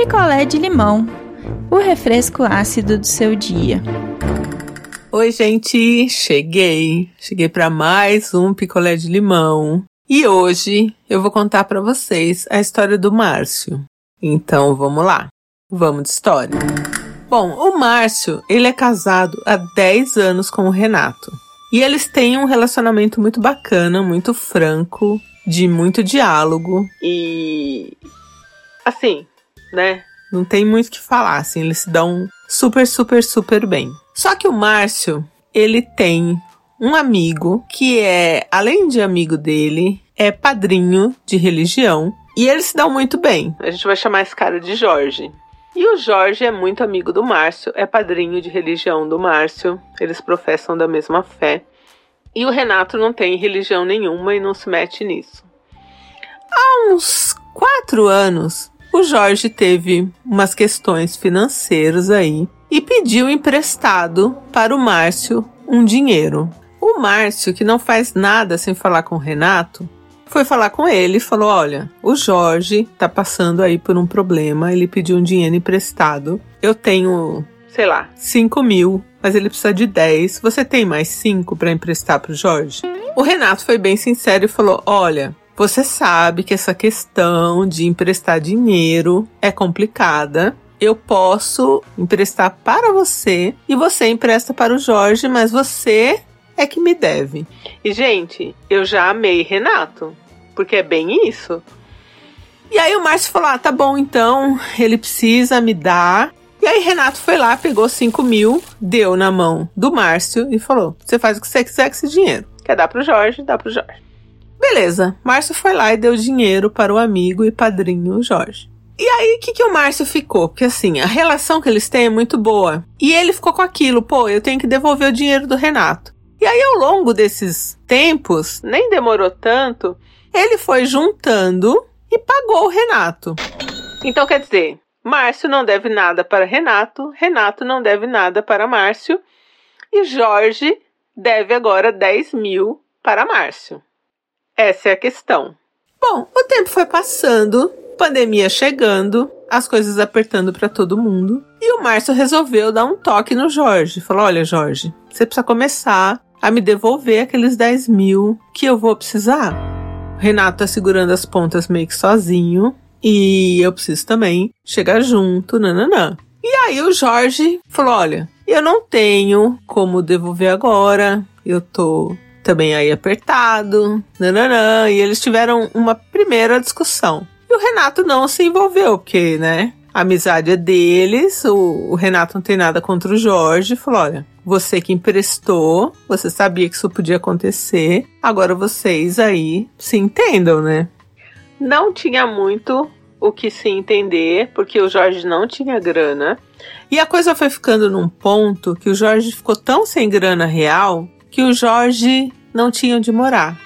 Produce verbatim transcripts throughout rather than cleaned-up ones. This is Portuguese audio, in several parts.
picolé de limão, o refresco ácido do seu dia. Oi, gente, cheguei. Cheguei para mais um picolé de limão. E hoje eu vou contar para vocês a história do Márcio. Então, vamos lá. Vamos de história. Bom, o Márcio, ele é casado há dez anos com o Renato. E eles têm um relacionamento muito bacana, muito franco, de muito diálogo. E, assim, né? Não tem muito o que falar, assim, eles se dão super, super, super bem. Só que o Márcio, ele tem um amigo que é, além de amigo dele, é padrinho de religião. E eles se dão muito bem. A gente vai chamar esse cara de Jorge. E o Jorge é muito amigo do Márcio, é padrinho de religião do Márcio. Eles professam da mesma fé. E o Renato não tem religião nenhuma e não se mete nisso. Há uns quatro anos, o Jorge teve umas questões financeiras aí e pediu emprestado para o Márcio um dinheiro. O Márcio, que não faz nada sem falar com o Renato, foi falar com ele e falou, olha, o Jorge tá passando aí por um problema, ele pediu um dinheiro emprestado. Eu tenho, sei lá, cinco mil, mas ele precisa de dez. Você tem mais cinco para emprestar pro Jorge? O Renato foi bem sincero e falou, olha, você sabe que essa questão de emprestar dinheiro é complicada. Eu posso emprestar para você e você empresta para o Jorge, mas você é que me deve. E, gente, eu já amei Renato, porque é bem isso. E aí o Márcio falou, ah, tá bom, então, ele precisa me dar. E aí Renato foi lá, pegou cinco mil, deu na mão do Márcio e falou, você faz o que você quiser com esse dinheiro. Quer dar pro Jorge? Dá pro Jorge. Beleza, Márcio foi lá e deu dinheiro para o amigo e padrinho Jorge. E aí, o que, que o Márcio ficou? Porque assim, a relação que eles têm é muito boa. E ele ficou com aquilo, pô, eu tenho que devolver o dinheiro do Renato. E aí, ao longo desses tempos, nem demorou tanto, ele foi juntando e pagou o Renato. Então, quer dizer, Márcio não deve nada para Renato, Renato não deve nada para Márcio, e Jorge deve agora dez mil para Márcio. Essa é a questão. Bom, o tempo foi passando, pandemia chegando, as coisas apertando para todo mundo. E o Márcio resolveu dar um toque no Jorge. Falou, olha, Jorge, você precisa começar a me devolver aqueles dez mil que eu vou precisar. O Renato tá segurando as pontas meio que sozinho. E eu preciso também chegar junto, nananã. E aí o Jorge falou, olha, eu não tenho como devolver agora. Eu tô também aí apertado, nananã. E eles tiveram uma primeira discussão. E o Renato não se envolveu, porque, né, a amizade é deles, o, o Renato não tem nada contra o Jorge. Falou, olha, você que emprestou, você sabia que isso podia acontecer, agora vocês aí se entendam, né? Não tinha muito o que se entender, porque o Jorge não tinha grana. E a coisa foi ficando num ponto que o Jorge ficou tão sem grana real, que o Jorge não tinha onde morar.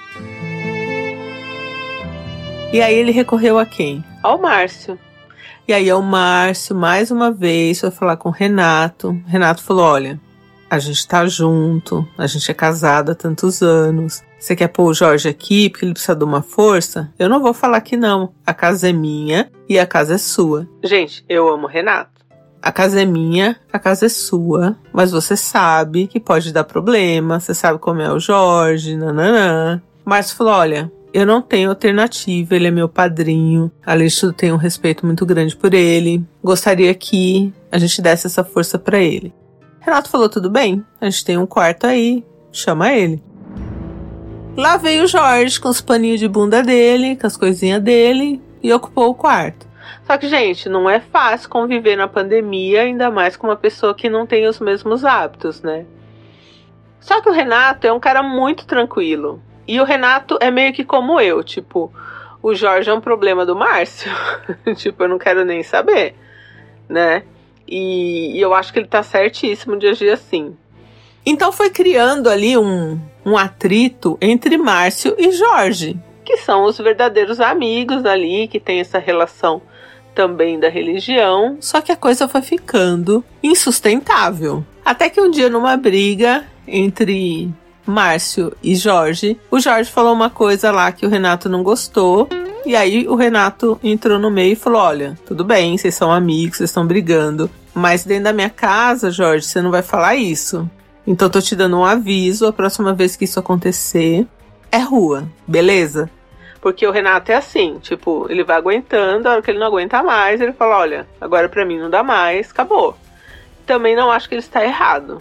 E aí ele recorreu a quem? Ao Márcio. E aí o Márcio, mais uma vez, foi falar com o Renato. Renato falou, olha, a gente tá junto, a gente é casado há tantos anos. Você quer pôr o Jorge aqui porque ele precisa de uma força? Eu não vou falar que não. A casa é minha e a casa é sua. Gente, eu amo o Renato. A casa é minha, a casa é sua, mas você sabe que pode dar problema, você sabe como é o Jorge, nananã. O Márcio falou, olha, eu não tenho alternativa, ele é meu padrinho, além de tudo tenho um respeito muito grande por ele, gostaria que a gente desse essa força pra ele. Renato falou, tudo bem, a gente tem um quarto aí, chama ele. Lá veio o Jorge com os paninhos de bunda dele, com as coisinhas dele, e ocupou o quarto. Só que, gente, não é fácil conviver na pandemia, ainda mais com uma pessoa que não tem os mesmos hábitos, né? Só que o Renato é um cara muito tranquilo. E o Renato é meio que como eu, tipo, o Jorge é um problema do Márcio. Tipo, eu não quero nem saber, né? E, e eu acho que ele tá certíssimo de agir assim. Então foi criando ali um, um atrito entre Márcio e Jorge, que são os verdadeiros amigos ali, que tem essa relação também da religião. Só que a coisa foi ficando insustentável. Até que um dia, numa briga entre Márcio e Jorge, o Jorge falou uma coisa lá que o Renato não gostou. E aí o Renato entrou no meio e falou, olha, tudo bem, vocês são amigos, vocês estão brigando, mas dentro da minha casa, Jorge, você não vai falar isso. Então tô te dando um aviso, a próxima vez que isso acontecer, é rua, beleza? Porque o Renato é assim, tipo, ele vai aguentando, a hora que ele não aguenta mais, ele fala, olha, agora pra mim não dá mais, acabou. Também não acho que ele está errado.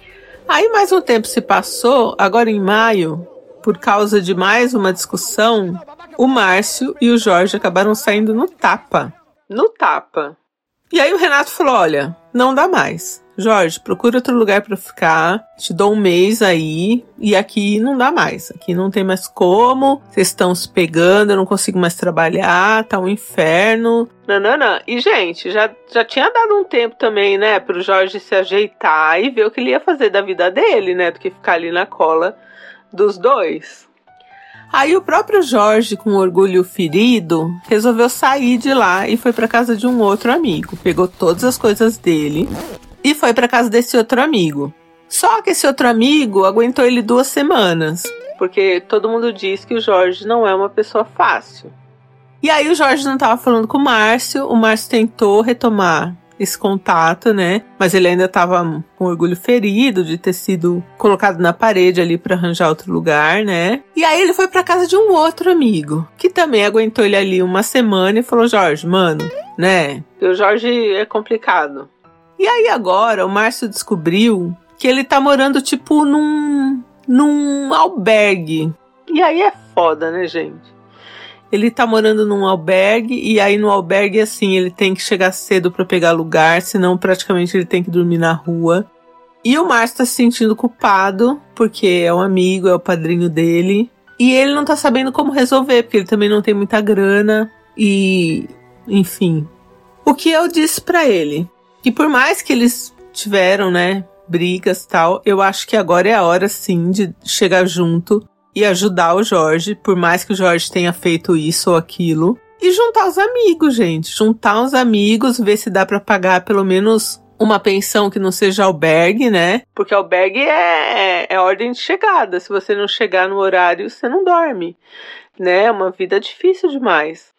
Aí mais um tempo se passou, agora em maio, por causa de mais uma discussão, o Márcio e o Jorge acabaram saindo no tapa. No tapa. E aí o Renato falou, olha, não dá mais. Jorge, procura outro lugar pra ficar, te dou um mês aí, e aqui não dá mais, aqui não tem mais como, vocês estão se pegando, eu não consigo mais trabalhar, tá um inferno, nananã. E gente, já, já tinha dado um tempo também, né, pro Jorge se ajeitar e ver o que ele ia fazer da vida dele, né, do que ficar ali na cola dos dois. Aí o próprio Jorge, com orgulho ferido, resolveu sair de lá e foi pra casa de um outro amigo, pegou todas as coisas dele e foi pra casa desse outro amigo. Só que esse outro amigo aguentou ele duas semanas, porque todo mundo diz que o Jorge não é uma pessoa fácil. E aí o Jorge não tava falando com o Márcio, o Márcio tentou retomar esse contato, né? Mas ele ainda tava com orgulho ferido de ter sido colocado na parede ali pra arranjar outro lugar, né? E aí ele foi pra casa de um outro amigo, que também aguentou ele ali uma semana e falou, Jorge, mano, né? E o Jorge é complicado. E aí agora o Márcio descobriu que ele tá morando tipo num, num albergue. E aí é foda, né, gente? Ele tá morando num albergue e aí no albergue, assim, ele tem que chegar cedo pra pegar lugar, senão praticamente ele tem que dormir na rua. E o Márcio tá se sentindo culpado, porque é um amigo, é o padrinho dele. E ele não tá sabendo como resolver, porque ele também não tem muita grana e... enfim. O que eu disse pra ele? Que por mais que eles tiveram, né, brigas e tal, eu acho que agora é a hora, sim, de chegar junto e ajudar o Jorge, por mais que o Jorge tenha feito isso ou aquilo. E juntar os amigos, gente. Juntar os amigos, ver se dá pra pagar pelo menos uma pensão que não seja albergue, né? Porque albergue é, é ordem de chegada. Se você não chegar no horário, você não dorme, né? É uma vida difícil demais.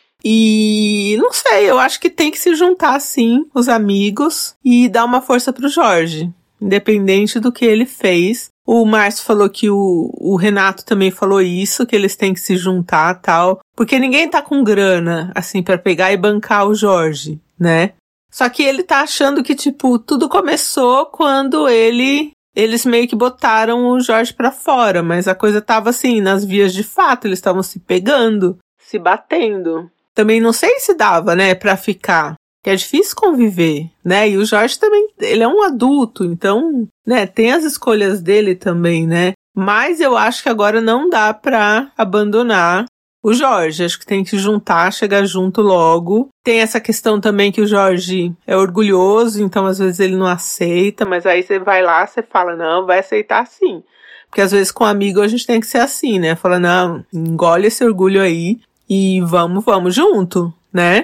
E não sei, eu acho que tem que se juntar sim, os amigos, e dar uma força pro Jorge, independente do que ele fez. O Márcio falou que o, o Renato também falou isso, que eles têm que se juntar e tal, porque ninguém tá com grana, assim, pra pegar e bancar o Jorge, né? Só que ele tá achando que, tipo, tudo começou quando ele... eles meio que botaram o Jorge pra fora, mas a coisa tava assim, nas vias de fato, eles estavam se pegando, se batendo. Também não sei se dava, né, pra ficar, que é difícil conviver, né, e o Jorge também, ele é um adulto, então, né, tem as escolhas dele também, né, mas eu acho que agora não dá pra abandonar o Jorge, acho que tem que juntar, chegar junto logo. Tem essa questão também que o Jorge é orgulhoso, então às vezes ele não aceita, mas aí você vai lá, você fala, não, vai aceitar sim, porque às vezes com amigo a gente tem que ser assim, né, fala, não, engole esse orgulho aí, e vamos, vamos junto, né?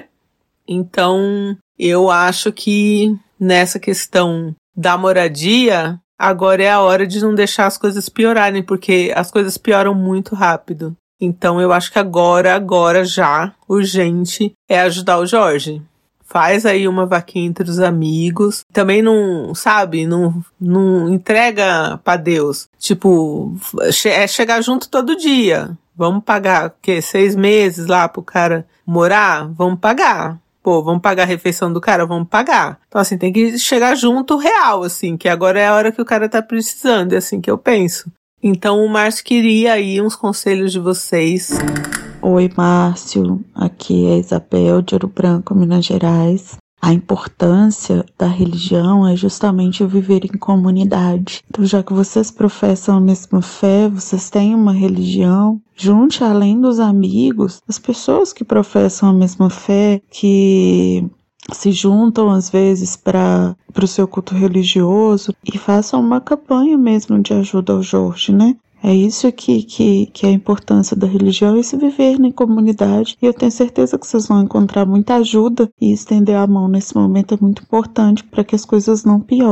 Então, eu acho que nessa questão da moradia, agora é a hora de não deixar as coisas piorarem, porque as coisas pioram muito rápido. Então, eu acho que agora, agora já, urgente, é ajudar o Jorge. Faz aí uma vaquinha entre os amigos. Também não, sabe, não, não entrega pra Deus. Tipo, é chegar junto todo dia. Vamos pagar, o quê? Seis meses lá pro cara morar? Vamos pagar. Pô, vamos pagar a refeição do cara? Vamos pagar. Então, assim, tem que chegar junto real, assim, que agora é a hora que o cara tá precisando, é assim que eu penso. Então, o Márcio queria aí uns conselhos de vocês. Oi, Márcio. Aqui é Isabel de Ouro Branco, Minas Gerais. A importância da religião é justamente o viver em comunidade. Então, já que vocês professam a mesma fé, vocês têm uma religião, junte, além dos amigos, as pessoas que professam a mesma fé, que se juntam às vezes para o seu culto religioso e façam uma campanha mesmo de ajuda ao Jorge, né? É isso que, que, que é a importância da religião, é se viver em comunidade. E eu tenho certeza que vocês vão encontrar muita ajuda, e estender a mão nesse momento é muito importante para que as coisas não piorem.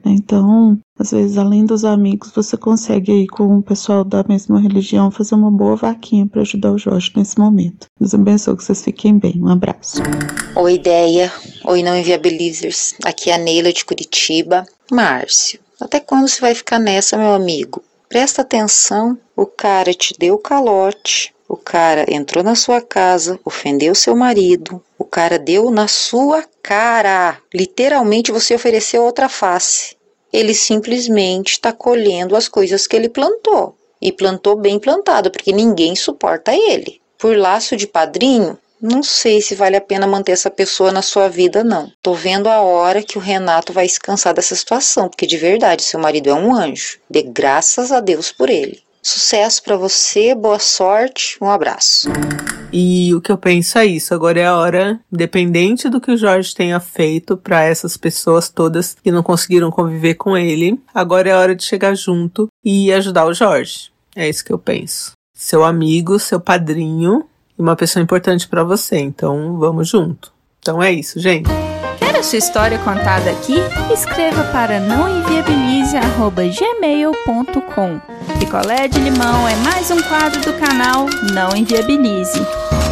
Então, às vezes, além dos amigos, você consegue aí com o pessoal da mesma religião fazer uma boa vaquinha para ajudar o Jorge nesse momento. Deus abençoe, que vocês fiquem bem. Um abraço. Oi, Ideia. Oi, Não Inviabilizers. Aqui é a Neila de Curitiba. Márcio, até quando você vai ficar nessa, meu amigo? Presta atenção, o cara te deu calote, o cara entrou na sua casa, ofendeu seu marido, o cara deu na sua cara. Literalmente você ofereceu outra face. Ele simplesmente está colhendo as coisas que ele plantou. E plantou bem plantado, porque ninguém suporta ele. Por laço de padrinho, não sei se vale a pena manter essa pessoa na sua vida, não. Tô vendo a hora que o Renato vai se cansar dessa situação, porque de verdade, seu marido é um anjo. Dê graças a Deus por ele. Sucesso pra você, boa sorte, um abraço. E o que eu penso é isso, agora é a hora, independente do que o Jorge tenha feito para essas pessoas todas que não conseguiram conviver com ele, agora é a hora de chegar junto e ajudar o Jorge. É isso que eu penso. Seu amigo, seu padrinho e uma pessoa importante para você, então vamos junto. Então é isso, gente. Quer a sua história contada aqui? Escreva para não inviabilize arroba gmail ponto com. Picolé de Limão é mais um quadro do canal Não Inviabilize.